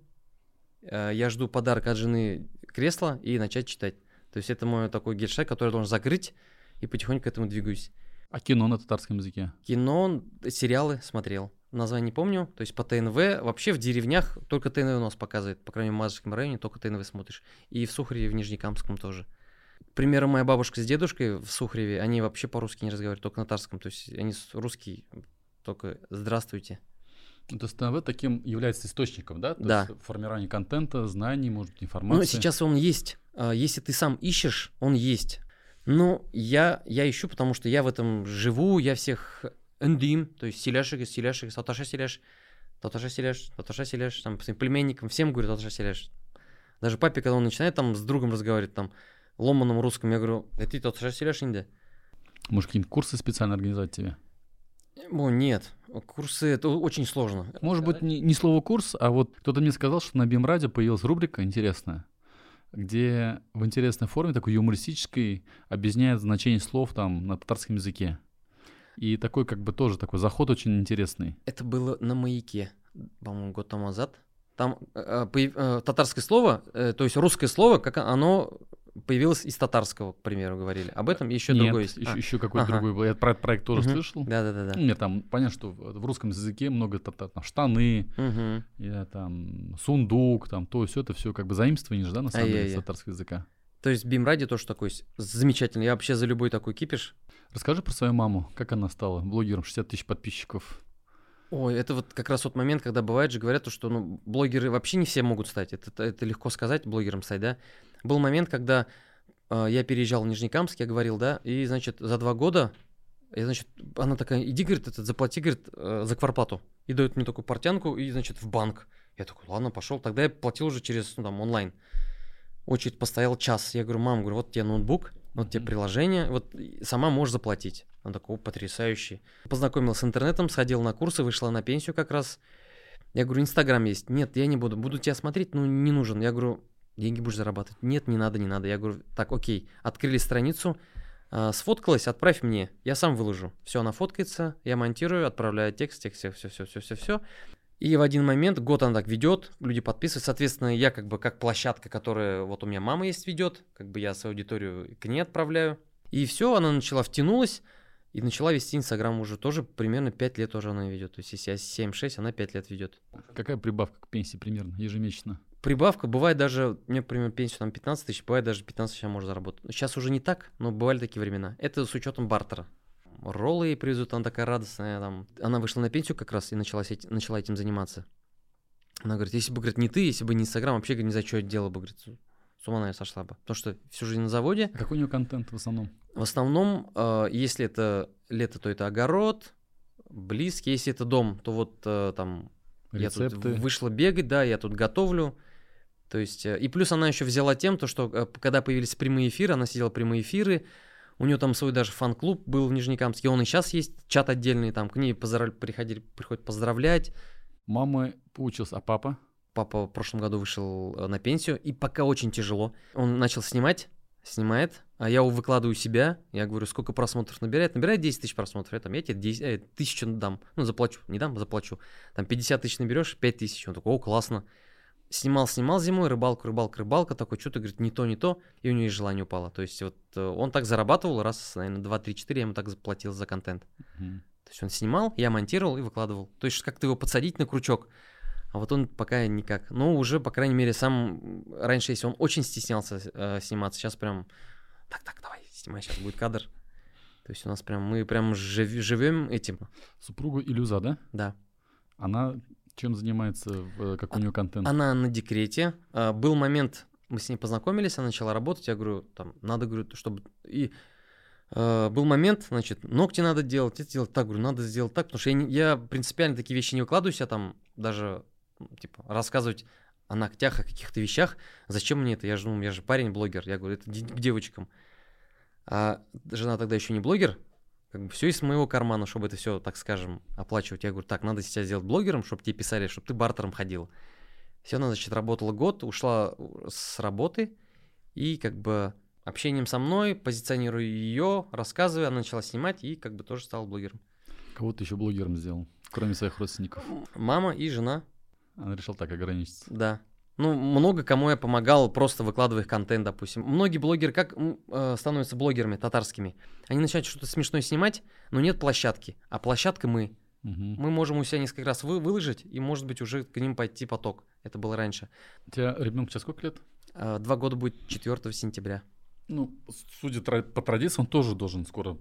Я жду подарок от жены кресло и начать читать. То есть это мой такой гельшаг, который я должен закрыть, и потихоньку к этому двигаюсь. А кино на татарском языке? Кино, сериалы смотрел. Название не помню. То есть по ТНВ. Вообще в деревнях только ТНВ у нас показывает. По крайней мере, в Мазовском районе только ТНВ смотришь. И в Сухареве, в Нижнекамском тоже. К примеру, моя бабушка с дедушкой в Сухареве, они вообще по-русски не разговаривают, только на татарском. То есть они русский, только «здравствуйте». То есть ТНВ таким является источником, да? Да. То есть формирование контента, знаний, может быть, информации. Ну, сейчас он есть. Если ты сам ищешь, он есть. Но я ищу, потому что я в этом живу, я всех эндим, то есть селяшек, таташа селяш, там, своим племенникам, всем говорю таташа селяш. Даже папе, когда он начинает там с другом разговаривать, там, ломаном русском, я говорю, ты таташа селяш инде? Может, какие-нибудь курсы специально организовать тебе? Нет, курсы это очень сложно. Может быть, не слово курс, а вот кто-то мне сказал, что на BIM-радио появилась рубрика интересная, где в интересной форме, такой юмористической, объясняет значение слов там на татарском языке. И такой как бы тоже такой заход очень интересный. Это было на «Маяке», по-моему, год тому назад. Там татарское слово, то есть русское слово, как оно появилось из татарского, к примеру, говорили. Об этом еще другой есть. Еще какой-то другой был. Я про этот проект тоже слышал. Да. Мне там понятно, что в русском языке много там штаны, там сундук, там то все это все как бы заимствование же, да, на самом деле, из татарского языка. То есть BIM-радио тоже такой замечательный. Я вообще за любой такой кипиш. Расскажи про свою маму. Как она стала блогером, 60 тысяч подписчиков? Ой, это вот как раз тот момент, когда бывает же говорят, что блогеры вообще не все могут стать. Это легко сказать, блогером стать, да. Был момент, когда я переезжал в Нижнекамск, я говорил, да, и, значит, за 2 года, она такая, иди, говорит, заплати, говорит, за квартплату. И дает мне такую портянку, и, значит, в банк. Я такой, ладно, пошел. Тогда я платил уже через, онлайн. Очередь постоял час. Я говорю, мам, вот тебе ноутбук, вот тебе приложение, вот сама можешь заплатить. Он такой, потрясающий. Познакомился с интернетом, сходил на курсы, вышла на пенсию как раз. Я говорю, Инстаграм есть. Нет, я не буду. Буду тебя смотреть, не нужен. Я говорю, деньги будешь зарабатывать. Нет, не надо. Я говорю, так, окей. Открыли страницу, сфоткалась, отправь мне. Я сам выложу. Все, она фоткается, я монтирую, отправляю текст, все. И в один момент, год она так ведет, люди подписывают. Соответственно, я как бы как площадка, которая, вот у меня мама есть, ведет, как бы я свою аудиторию к ней отправляю. И все, она началась, и начала вести Инстаграм уже тоже примерно 5 лет уже она ведет. То есть если я 7-6, она 5 лет ведет. Какая прибавка к пенсии примерно ежемесячно? Прибавка бывает даже, у меня, например, пенсию там 15 тысяч, бывает даже 15 тысяч можно заработать. Сейчас уже не так, но бывали такие времена. Это с учетом бартера. Роллы ей привезут, она такая радостная. Там. Она вышла на пенсию как раз и начала этим заниматься. Она говорит, если бы, говорит, не ты, если бы не Инстаграм, вообще говорит, не знаю, что я делала бы, говорит, с ума, наверное, сошла бы. Потому что всю жизнь на заводе. А какой у нее контент в основном? В основном, если это лето, то это огород, близкий. Если это дом, то вот там рецепты. Я тут вышла бегать, да, я тут готовлю. То есть, и плюс она еще взяла тем, то, что когда появились прямые эфиры, она сидела прямые эфиры, У нее там свой даже фан-клуб был в Нижнекамске, он и сейчас есть, чат отдельный, там к ней приходят поздравлять. Мама поучилась, а папа? Папа в прошлом году вышел на пенсию, и пока очень тяжело. Он начал снимает, а я выкладываю себя, я говорю, сколько просмотров набирает 10 тысяч просмотров, я тебе 1000 дам, заплачу, не дам, заплачу. Там 50 тысяч наберешь, 5 тысяч, он такой, классно. Снимал зимой, рыбалка, такой, что-то, говорит, не то, и у него и желание упало. То есть вот он так зарабатывал раз, наверное, 2, 3, 4, я ему так заплатил за контент. То есть он снимал, я монтировал и выкладывал. То есть как-то его подсадить на крючок. А вот он пока никак. Но уже, по крайней мере, сам... Раньше, если он очень стеснялся сниматься, сейчас прям... Так, давай, снимай, сейчас будет кадр. То есть у нас прям... Мы прям живем этим. Супруга Илюза, да? Да. Она чем занимается, как у нее контент? Она на декрете. Был момент, мы с ней познакомились, она начала работать. Я говорю, там, надо, говорю, чтобы... И был момент, значит, ногти надо делать, это делать так, говорю, надо сделать так, потому что я принципиально такие вещи не выкладываюсь, я там даже... типа, рассказывать о ногтях, о каких-то вещах. Зачем мне это? Я же парень-блогер. Я говорю, это к девочкам. А жена тогда еще не блогер. Как бы все из моего кармана, чтобы это все, так скажем, оплачивать. Я говорю, так, надо сейчас сделать блогером, чтобы тебе писали, чтобы ты бартером ходил. Все, она, значит, работала год, ушла с работы. И как бы общением со мной, позиционируя ее, рассказывая, она начала снимать и как бы тоже стала блогером. Кого ты еще блогером сделал, кроме своих родственников? Мама и жена. Она решила так ограничиться. Да. Много кому я помогал, просто выкладывая их контент, допустим. Многие блогеры как становятся блогерами татарскими? Они начинают что-то смешное снимать, но нет площадки. А площадка мы. Мы можем у себя несколько раз выложить, и, может быть, уже к ним пойти поток. Это было раньше. У тебя ребенку сейчас сколько лет? 2 года будет 4 сентября. Судя по традиции, он тоже должен скоро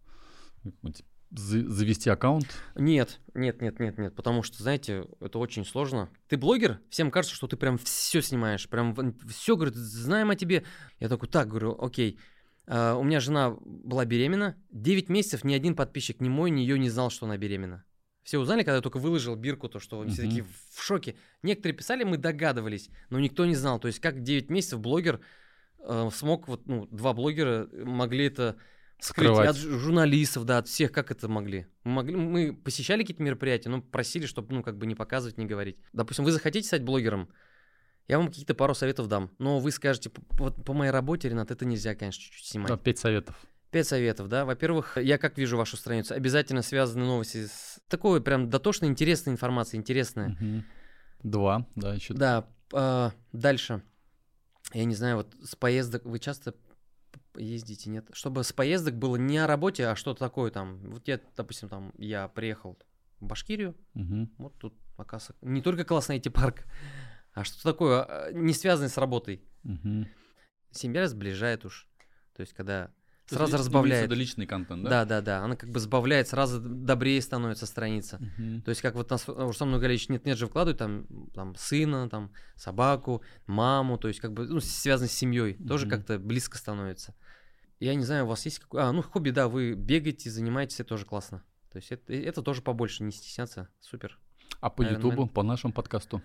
завести аккаунт? Нет, потому что, знаете, это очень сложно. Ты блогер, всем кажется, что ты прям все снимаешь, прям все, говорит, знаем о тебе. Я такой, говорю, окей. У меня жена была беременна, 9 месяцев ни один подписчик, ни мой, ни ее не знал, что она беременна. Все узнали, когда я только выложил бирку, то что все такие в шоке. Некоторые писали, мы догадывались, но никто не знал. То есть как 9 месяцев блогер смог, 2 блогера могли это... скрыть от журналистов, от всех, как это могли. Мы посещали какие-то мероприятия, но просили, чтобы, не показывать, не говорить. Допустим, вы захотите стать блогером, я вам какие-то пару советов дам, но вы скажете, вот по моей работе, Ренат, это нельзя, конечно, чуть-чуть снимать. Да, 5 советов. 5 советов, да. Во-первых, я как вижу вашу страницу, обязательно связаны новости с такой прям дотошной, интересной информацией, интересная. 2, да, еще. Да, дальше. Я не знаю, вот с поездок вы часто... ездите, нет? Чтобы с поездок было не о работе, а что-то такое там. Вот я, допустим, я приехал в Башкирию, вот тут, оказывается, не только классный IT-парк, а что-то такое, не связанное с работой. Семья сближает уж. То есть, когда сразу разбавляет. Это личный контент, да? Да. Она как бы сбавляет, сразу добрее становится страница. То есть, как вот нас уже со мной говорили, нет же вкладывают там сына, там собаку, маму, то есть, как бы, связано с семьей, тоже как-то близко становится. Я не знаю, у вас есть какое... хобби, да, вы бегаете, занимаетесь, это тоже классно. То есть, это тоже побольше, не стесняться, супер. А по Ютубу, по нашему подкасту?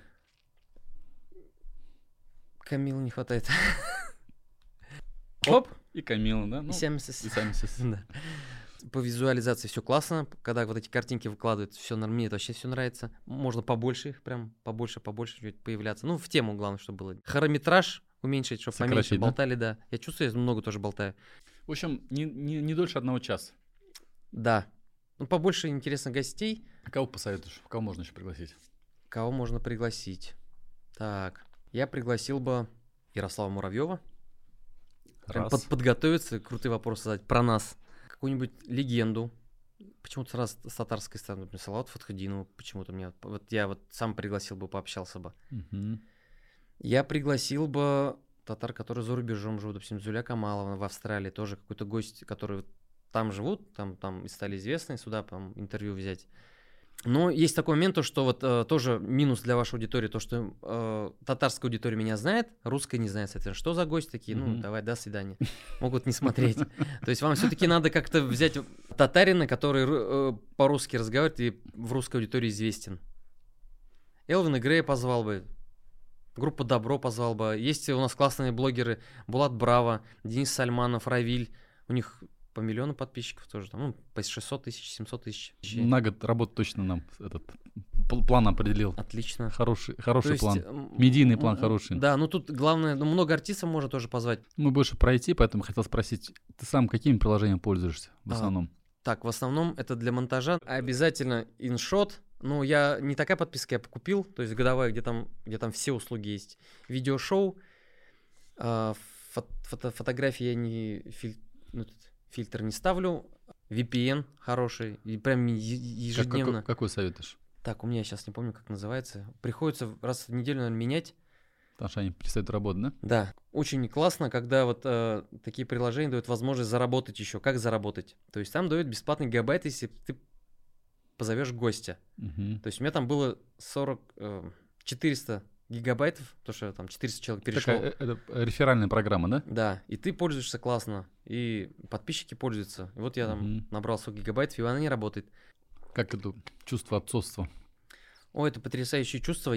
Камилы не хватает. Оп! И Камила, да? И Самисис. Да. По визуализации все классно, когда вот эти картинки выкладывают, все мне это вообще все нравится. Можно побольше их, прям побольше чуть появляться. В тему главное, чтобы было. Хронометраж уменьшить, чтобы поменьше болтали, да. Я чувствую, я много тоже болтаю. В общем, не дольше 1 часа. Да. Побольше интересных гостей. А кого посоветуешь? Кого можно еще пригласить? Кого можно пригласить? Так, я пригласил бы Ярослава Муравьева. Подготовиться, крутые вопросы задать про нас. Какую-нибудь легенду. Почему-то сразу с татарской стороны. Салават Фатхудинову почему-то меня... Я сам пригласил бы, пообщался бы. Я пригласил бы татар, которые за рубежом живут. Допустим, Зуля Камаловна в Австралии. Тоже какой-то гость, который там живут, там и стали известны. Сюда интервью взять. Но есть такой момент, что тоже минус для вашей аудитории, то, что татарская аудитория меня знает, русская не знает, соответственно, что за гости такие, давай, до свидания. Могут не смотреть. То есть вам все-таки надо как-то взять татарина, который по-русски разговаривает и в русской аудитории известен. Элвина Грея позвал бы, группа Добро позвал бы. Есть у нас классные блогеры Булат Браво, Денис Сальманов, Равиль. У них по миллиону подписчиков тоже, там, ну, по 600 тысяч, 700 тысяч. На год работы точно нам этот план определил. Отлично. Хороший есть, план. Медийный план хороший. Да, ну тут главное, ну много артистов можно тоже позвать. Мы больше пройти, поэтому хотел спросить, ты сам какими приложениями пользуешься в основном? Так, в основном это для монтажа. Обязательно InShot. Ну, я не такая подписка, я купил, то есть годовая, где там все услуги есть. Видеошоу, фотографии я фильтр не ставлю, VPN хороший, и прям ежедневно. Какой советуешь? Так, у меня сейчас не помню, как называется. Приходится раз в неделю, наверное, менять. Потому что они перестают работать, да? Да. Очень классно, когда вот такие приложения дают возможность заработать еще. Как заработать? То есть там дают бесплатный гигабайт, если ты позовешь гостя. То есть у меня там было 400 гигабайтов, потому что там 400 человек перешло. Это реферальная программа, да? Да, и ты пользуешься классно, и подписчики пользуются. И вот я там набрал 100 гигабайтов, и она не работает. Как это чувство отцовства? О, это потрясающее чувство.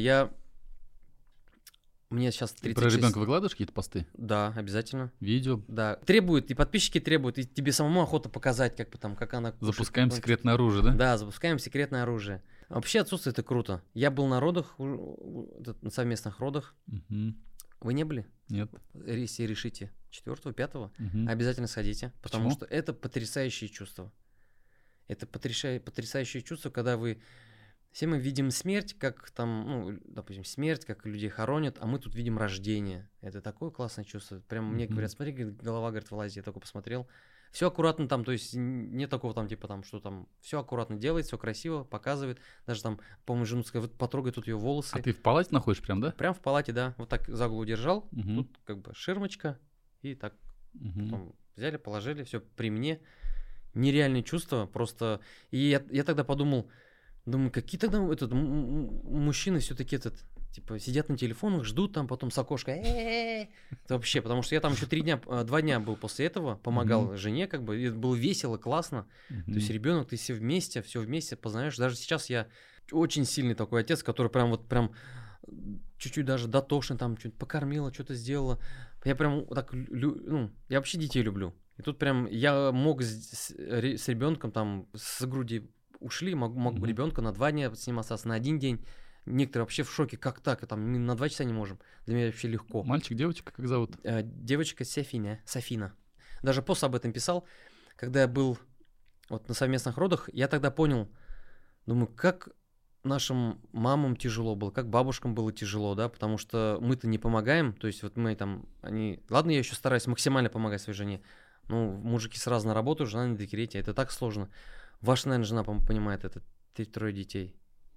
Мне сейчас 36. Про ребенка выкладываешь какие-то посты? Да, обязательно. Видео? Да. Требует, и подписчики требуют, и тебе самому охота показать, как бы там, как она кушает. Запускаем секретное оружие, да? Да, запускаем секретное оружие. Вообще отсутствие это круто. Я был на родах, на совместных родах. Вы не были? Нет. Если решите 4-го, 5-го, обязательно сходите, потому Почему? что это потрясающее чувство. Это потрясающее чувство, когда все мы видим смерть, как там, ну, допустим, смерть, как людей хоронят, а мы тут видим рождение. Это такое классное чувство. Прям мне говорят, смотри, голова, говорит, вылазит, я только посмотрел. Все аккуратно там, то есть нет такого там, типа там, что там, все аккуратно делает, все красиво, показывает. Даже там, по-моему, жену сказала, вот потрогай тут ее волосы. А ты в палате находишь прям, да? Прям в палате, да. Вот так за голову держал, тут как бы ширмочка, и так потом взяли, положили, все при мне. Нереальные чувства, просто. И я тогда думаю, какие тогда мужчины все-таки типа сидят на телефонах, ждут там, потом с окошка. Это вообще, потому что я там еще 2 дня был после этого, помогал жене, как бы, и это было весело, классно. То есть ребенок, ты все вместе познаешь. Даже сейчас я очень сильный такой отец, который прям чуть-чуть даже дотошный, там что-то покормила, что-то сделала. Я прям так, я вообще детей люблю. И тут прям я мог с ребенком там с груди ушли, могу ребенка на 2 дня с ним остаться, на 1 день. Некоторые вообще в шоке, как так, там мы на 2 часа не можем. Для меня вообще легко. Мальчик, девочка, как зовут? Девочка Софина. Даже пост об этом писал, когда я был вот на совместных родах, я тогда понял, думаю, как нашим мамам тяжело было, как бабушкам было тяжело, да, потому что мы-то не помогаем, то есть вот мы там, ладно, я еще стараюсь максимально помогать своей жене, ну, мужики сразу на работу, жена на декрете, это так сложно. Ваша, наверное, жена, по-моему, понимает это, 3 детей.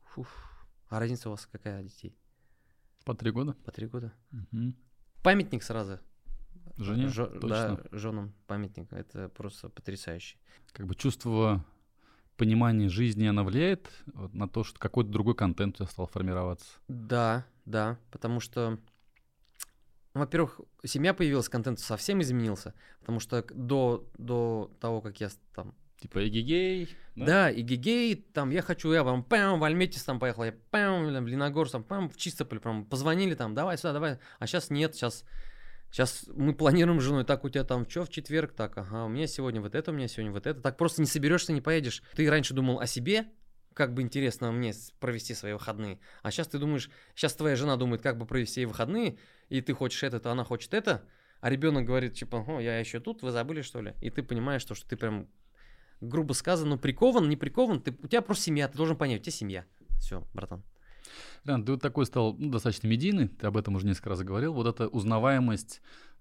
А разница у вас какая детей? По 3 года. По 3 года. Памятник сразу. Жене? Точно. Да, женам памятник. Это просто потрясающе. Как бы чувство понимания жизни, оно влияет на то, что какой-то другой контент у тебя стал формироваться? Да, потому что, во-первых, семья появилась, контент совсем изменился, потому что до того, как я там... Типа эгегей. Да, эгегей, там я в Альметьевск там поехал, я в Леногорск, там, в Чистополь, прям позвонили там, давай сюда, давай. А сейчас нет, сейчас мы планируем с женой, так у тебя там что в четверг, так, ага, у меня сегодня вот это, у меня сегодня вот это. Так просто не соберешься, не поедешь. Ты раньше думал о себе, как бы интересно мне провести свои выходные. А сейчас ты думаешь, сейчас твоя жена думает, как бы провести выходные, и ты хочешь это, она хочет это, а ребенок говорит, типа, я еще тут, вы забыли, что ли? И ты понимаешь, что ты прям... грубо сказано, прикован, не прикован, у тебя просто семья, ты должен понять, у тебя семья. Все, братан. Ран, ты вот такой стал достаточно медийный, ты об этом уже несколько раз говорил. Вот эта узнаваемость,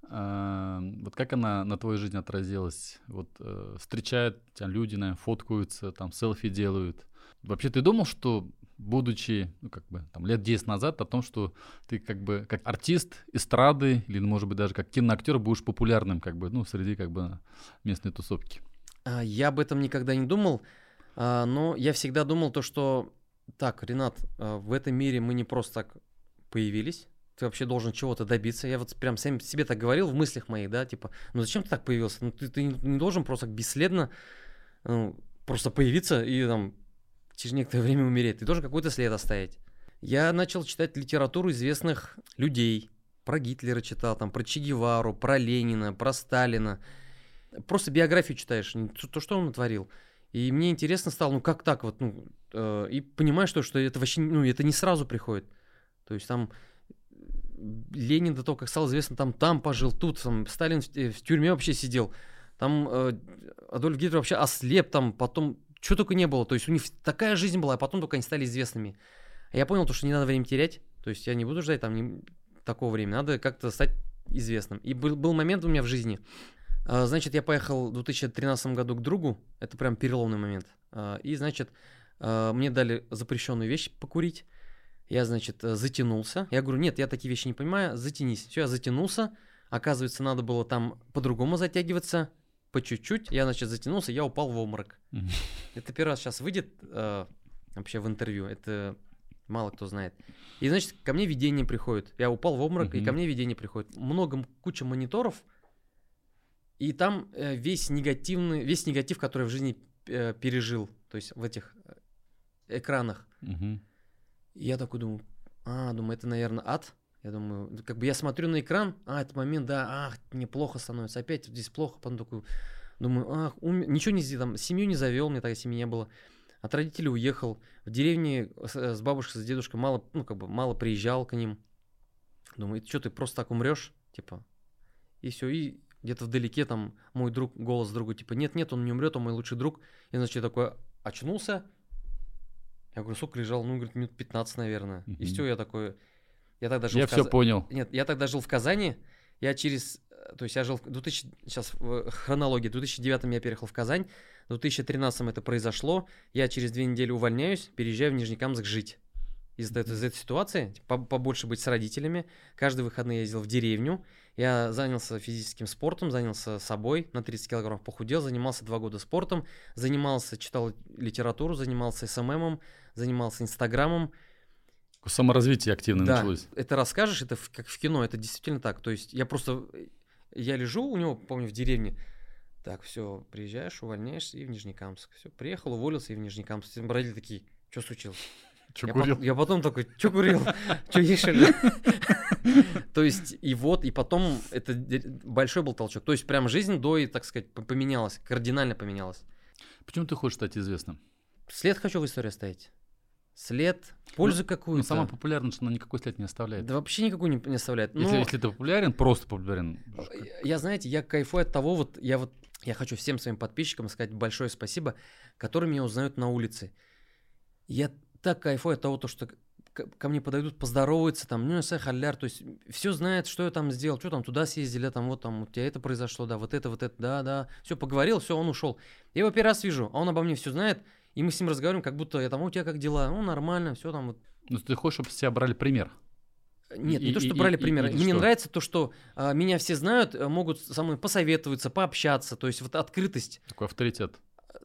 вот как она на твоей жизни отразилась? Вот встречают тебя люди, наверное, фоткаются, там селфи делают. Вообще ты думал, что будучи, там, лет 10 назад, о том, что ты как артист эстрады или, может быть, даже как киноактер будешь популярным, среди местной тусовки? Я об этом никогда не думал, но я всегда думал то, что так, Ренат, в этом мире мы не просто так появились, ты вообще должен чего-то добиться. Я вот прям сам себе так говорил в мыслях моих, да, типа, зачем ты так появился? Ты не должен просто бесследно просто появиться и там через некоторое время умереть. Ты должен какой-то след оставить. Я начал читать литературу известных людей. Про Гитлера читал, там, про Че Гевару, про Ленина, про Сталина. просто биографию читаешь, то, что он натворил. И мне интересно стало, как так вот, и понимаешь, что это вообще, это не сразу приходит. То есть там Ленин до того, как стал известно, там пожил, тут, Сталин в тюрьме вообще сидел, там Адольф Гитлер вообще ослеп, там потом, что только не было. То есть у них такая жизнь была, а потом только они стали известными. Я понял, что не надо время терять, то есть я не буду ждать такого времени, надо как-то стать известным. И был момент у меня в жизни. Значит, я поехал в 2013 году к другу, это прям переломный момент. И, значит, мне дали запрещенную вещь покурить. Я, значит, затянулся. Я говорю, нет, я такие вещи не понимаю, затянись. Все, я затянулся. Оказывается, надо было там по-другому затягиваться, по чуть-чуть. Я, значит, затянулся, я упал в обморок. Это первый раз сейчас выйдет вообще в интервью. Это мало кто знает. И, значит, ко мне видение приходит. Я упал в обморок, и ко мне видение приходит. Куча мониторов. И там весь негатив, который я в жизни пережил, то есть в этих экранах. И я такой думаю, это, наверное, ад. Я думаю, я смотрю на экран, этот момент, мне плохо становится, опять здесь плохо. Потом такой, думаю, ничего не сделал, там, семью не завел, мне тогда семьи не было. От родителей уехал, в деревне с бабушкой, с дедушкой мало приезжал к ним. Думаю, что ты просто так умрешь, типа, и все, и где-то вдалеке там мой друг, голос друга, типа, нет, он не умрет, он мой лучший друг. И, значит, я такой очнулся. Я говорю, сколько лежал? Говорит, минут 15, наверное. И все, я такой... Я тогда жил все понял. Нет, я тогда жил в Казани. Я жил в 2000... Сейчас в хронологии. В 2009 я переехал в Казань. В 2013 это произошло. Я через 2 недели увольняюсь, переезжаю в Нижнекамск жить. Из-за этой ситуации, побольше быть с родителями. Каждые выходные ездил в деревню. Я занялся физическим спортом, занялся собой, на 30 килограммов похудел, занимался 2 года спортом, читал литературу, занимался СММом, занимался Инстаграмом. Саморазвитие активно началось. Это расскажешь, это как в кино, это действительно так. То есть я лежу у него, помню, в деревне. Так, все, приезжаешь, увольняешься и в Нижнекамск. Все, приехал, уволился и в Нижнекамск. Родители такие, что случилось? Я потом такой, что курил? Что ешали? То есть, и потом это большой был толчок. То есть, прям жизнь так сказать, поменялась, кардинально поменялась. Почему ты хочешь стать известным? След хочу в истории оставить. Пользу какую-то. Самая популярность, она никакой след не оставляет. Да вообще никакой не оставляет. Если ты популярен, просто популярен. Я кайфую от того, я хочу всем своим подписчикам сказать большое спасибо, которые меня узнают на улице. Я так кайфую от того, что ко мне подойдут, поздороваются, халяр, то есть все знает, что я там сделал, что там туда съездили, у тебя это произошло, да, вот это, да, все, поговорил, все, он ушел. Я его первый раз вижу, а он обо мне все знает, и мы с ним разговариваем, как будто у тебя как дела, нормально, все там. Ну, ты хочешь, чтобы с тебя брали пример? Нет, не то, что брали пример. Мне нравится то, что меня все знают, могут со мной посоветоваться, пообщаться, то есть открытость. Такой авторитет.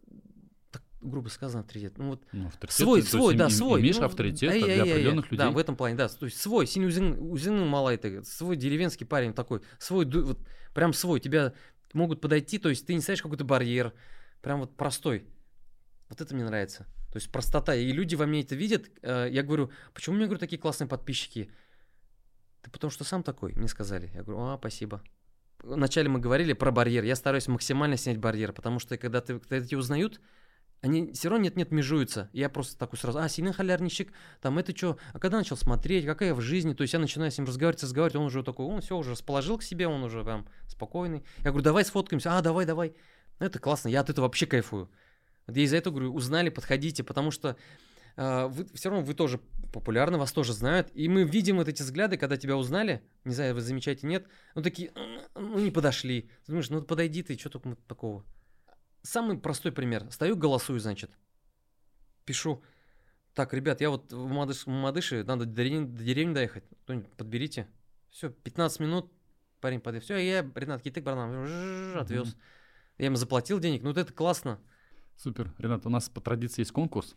Грубо сказано, авторитет. Авторитет, свой. Имеешь авторитет для определенных людей. Да, в этом плане, да. То есть свой, синий малай, свой деревенский парень такой, прям свой. Тебя могут подойти, то есть ты не ставишь какой-то барьер, прям простой. Вот это мне нравится. То есть простота. И люди во мне это видят. Я говорю, почему у меня, такие классные подписчики? Да потому что сам такой, мне сказали. Я говорю, спасибо. Вначале мы говорили про барьер. Я стараюсь максимально снять барьер, потому что когда тебя узнают, они все равно нет межуются. Я просто такой сразу, сильный халярничек, это что, когда начал смотреть, какая я в жизни, то есть я начинаю с ним разговаривать, он уже такой, он все уже расположил к себе, он уже прям спокойный. Я говорю, давай сфоткаемся, давай. Это классно, я от этого вообще кайфую. Я из-за этого говорю, узнали, подходите, потому что все равно вы тоже популярны, вас тоже знают, и мы видим эти взгляды, когда тебя узнали, не знаю, вы замечаете, нет, такие, не подошли. Ты думаешь, подойди ты, что только такого. Самый простой пример. Стою, голосую, значит. Пишу. Так, ребят, я в Мамадыше, надо до деревни доехать. Кто-нибудь подберите. Все, 15 минут, парень подъехал. Все, я, Ренат Китык, братан, отвез. Я ему заплатил денег, это классно. Супер. Ренат, у нас по традиции есть конкурс.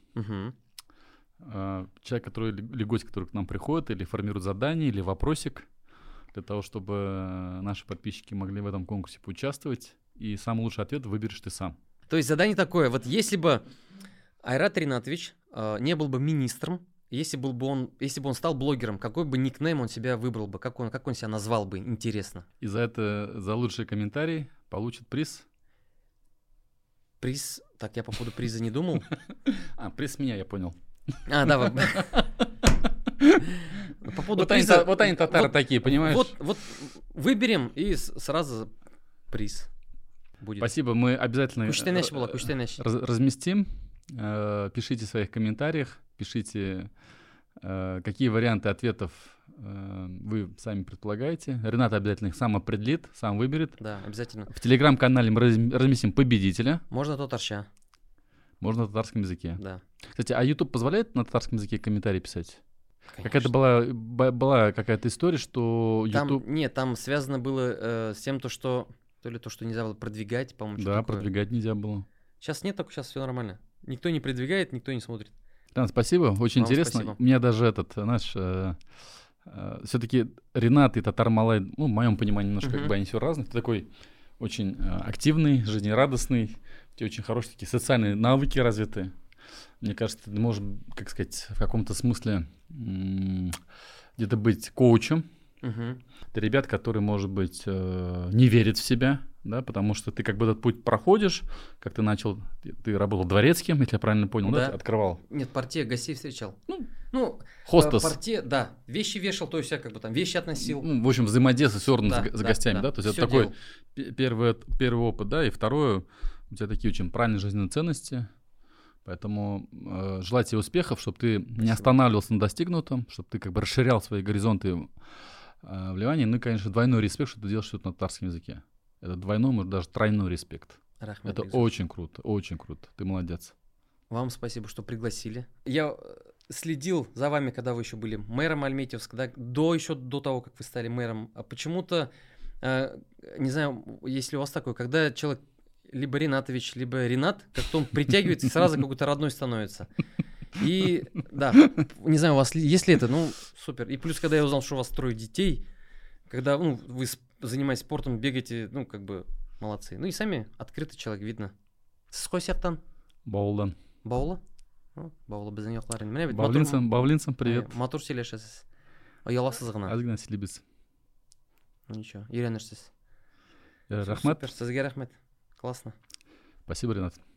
Человек, или гость, который к нам приходит, или формирует задание, или вопросик, для того, чтобы наши подписчики могли в этом конкурсе поучаствовать. И самый лучший ответ выберешь ты сам. То есть задание такое, если бы Айрат Ринатович не был бы министром, если бы он стал блогером, какой бы никнейм он себя выбрал бы, как он себя назвал бы, интересно. И за лучший комментарий получит приз. Приз, так, я по поводу приза не думал. Приз меня, я понял. Да, по поводу Вот приза... они татары такие, понимаешь? Вот выберем и сразу приз будет. Спасибо, мы обязательно разместим. Пишите в своих комментариях, пишите, какие варианты ответов вы сами предполагаете. Ренат обязательно их сам определит, сам выберет. Да, обязательно. В телеграм-канале мы разместим победителя. Можно татарща. Можно на татарском языке. Да. Кстати, а YouTube позволяет на татарском языке комментарии писать? Конечно. Какая-то была какая-то история, что YouTube... Там связано было с тем, то ли то, что нельзя было продвигать, по-моему. Да, продвигать нельзя было. Сейчас нет, только сейчас все нормально. Никто не продвигает, никто не смотрит. Да, спасибо, очень Вам интересно. спасибо. У меня даже все-таки Ренат и Татар Малай, в моем понимании, немножко как бы они все разные. Ты такой очень активный, жизнерадостный, у тебя очень хорошие такие социальные навыки развиты. Мне кажется, ты можешь, как сказать, в каком-то смысле где-то быть коучем. Ты ребят, которые, может быть, не верят в себя, да, потому что ты как бы этот путь проходишь, как ты начал, ты работал дворецким, если я правильно понял, да? Ты открывал. Нет, партия гостей встречал. Хостес. Партия, да, вещи вешал, то есть я как бы там вещи относил. В общем, взаимодействие все равно с гостями, да? То есть это такой первый опыт, да, и второе, у тебя такие очень правильные жизненные ценности, поэтому желаю тебе успехов, чтобы ты не останавливался на достигнутом, чтобы ты как бы расширял свои горизонты в Ливане, ну и, конечно, двойной респект, что ты делаешь что-то на татарском языке. Это двойной, может, даже тройной респект. Рахмет, это очень круто, ты молодец. Вам спасибо, что пригласили. Я следил за вами, когда вы еще были мэром Альметьевска, да, еще до того, как вы стали мэром. А почему-то, не знаю, если у вас такое, когда человек либо Ринатович, либо Ренат, как-то он притягивается и сразу какой-то родной становится. И да, не знаю, у вас есть ли это, супер. И плюс, когда я узнал, что у вас 3 детей, когда вы занимаетесь спортом, бегаете, как бы молодцы. И сами открытый человек, видно. Сіз қой сияқтан? Бауылдан. Бауылы? Бауылы біздің yoqлар. Бавлинцам привет. Матур сөйлесесіз. Ұяласыз ғана. Азгина сөйлейбіз. Ничего, үйренерсіз. Рахмет. Супер, сізге рахмет. Классно. Спасибо, Ренат.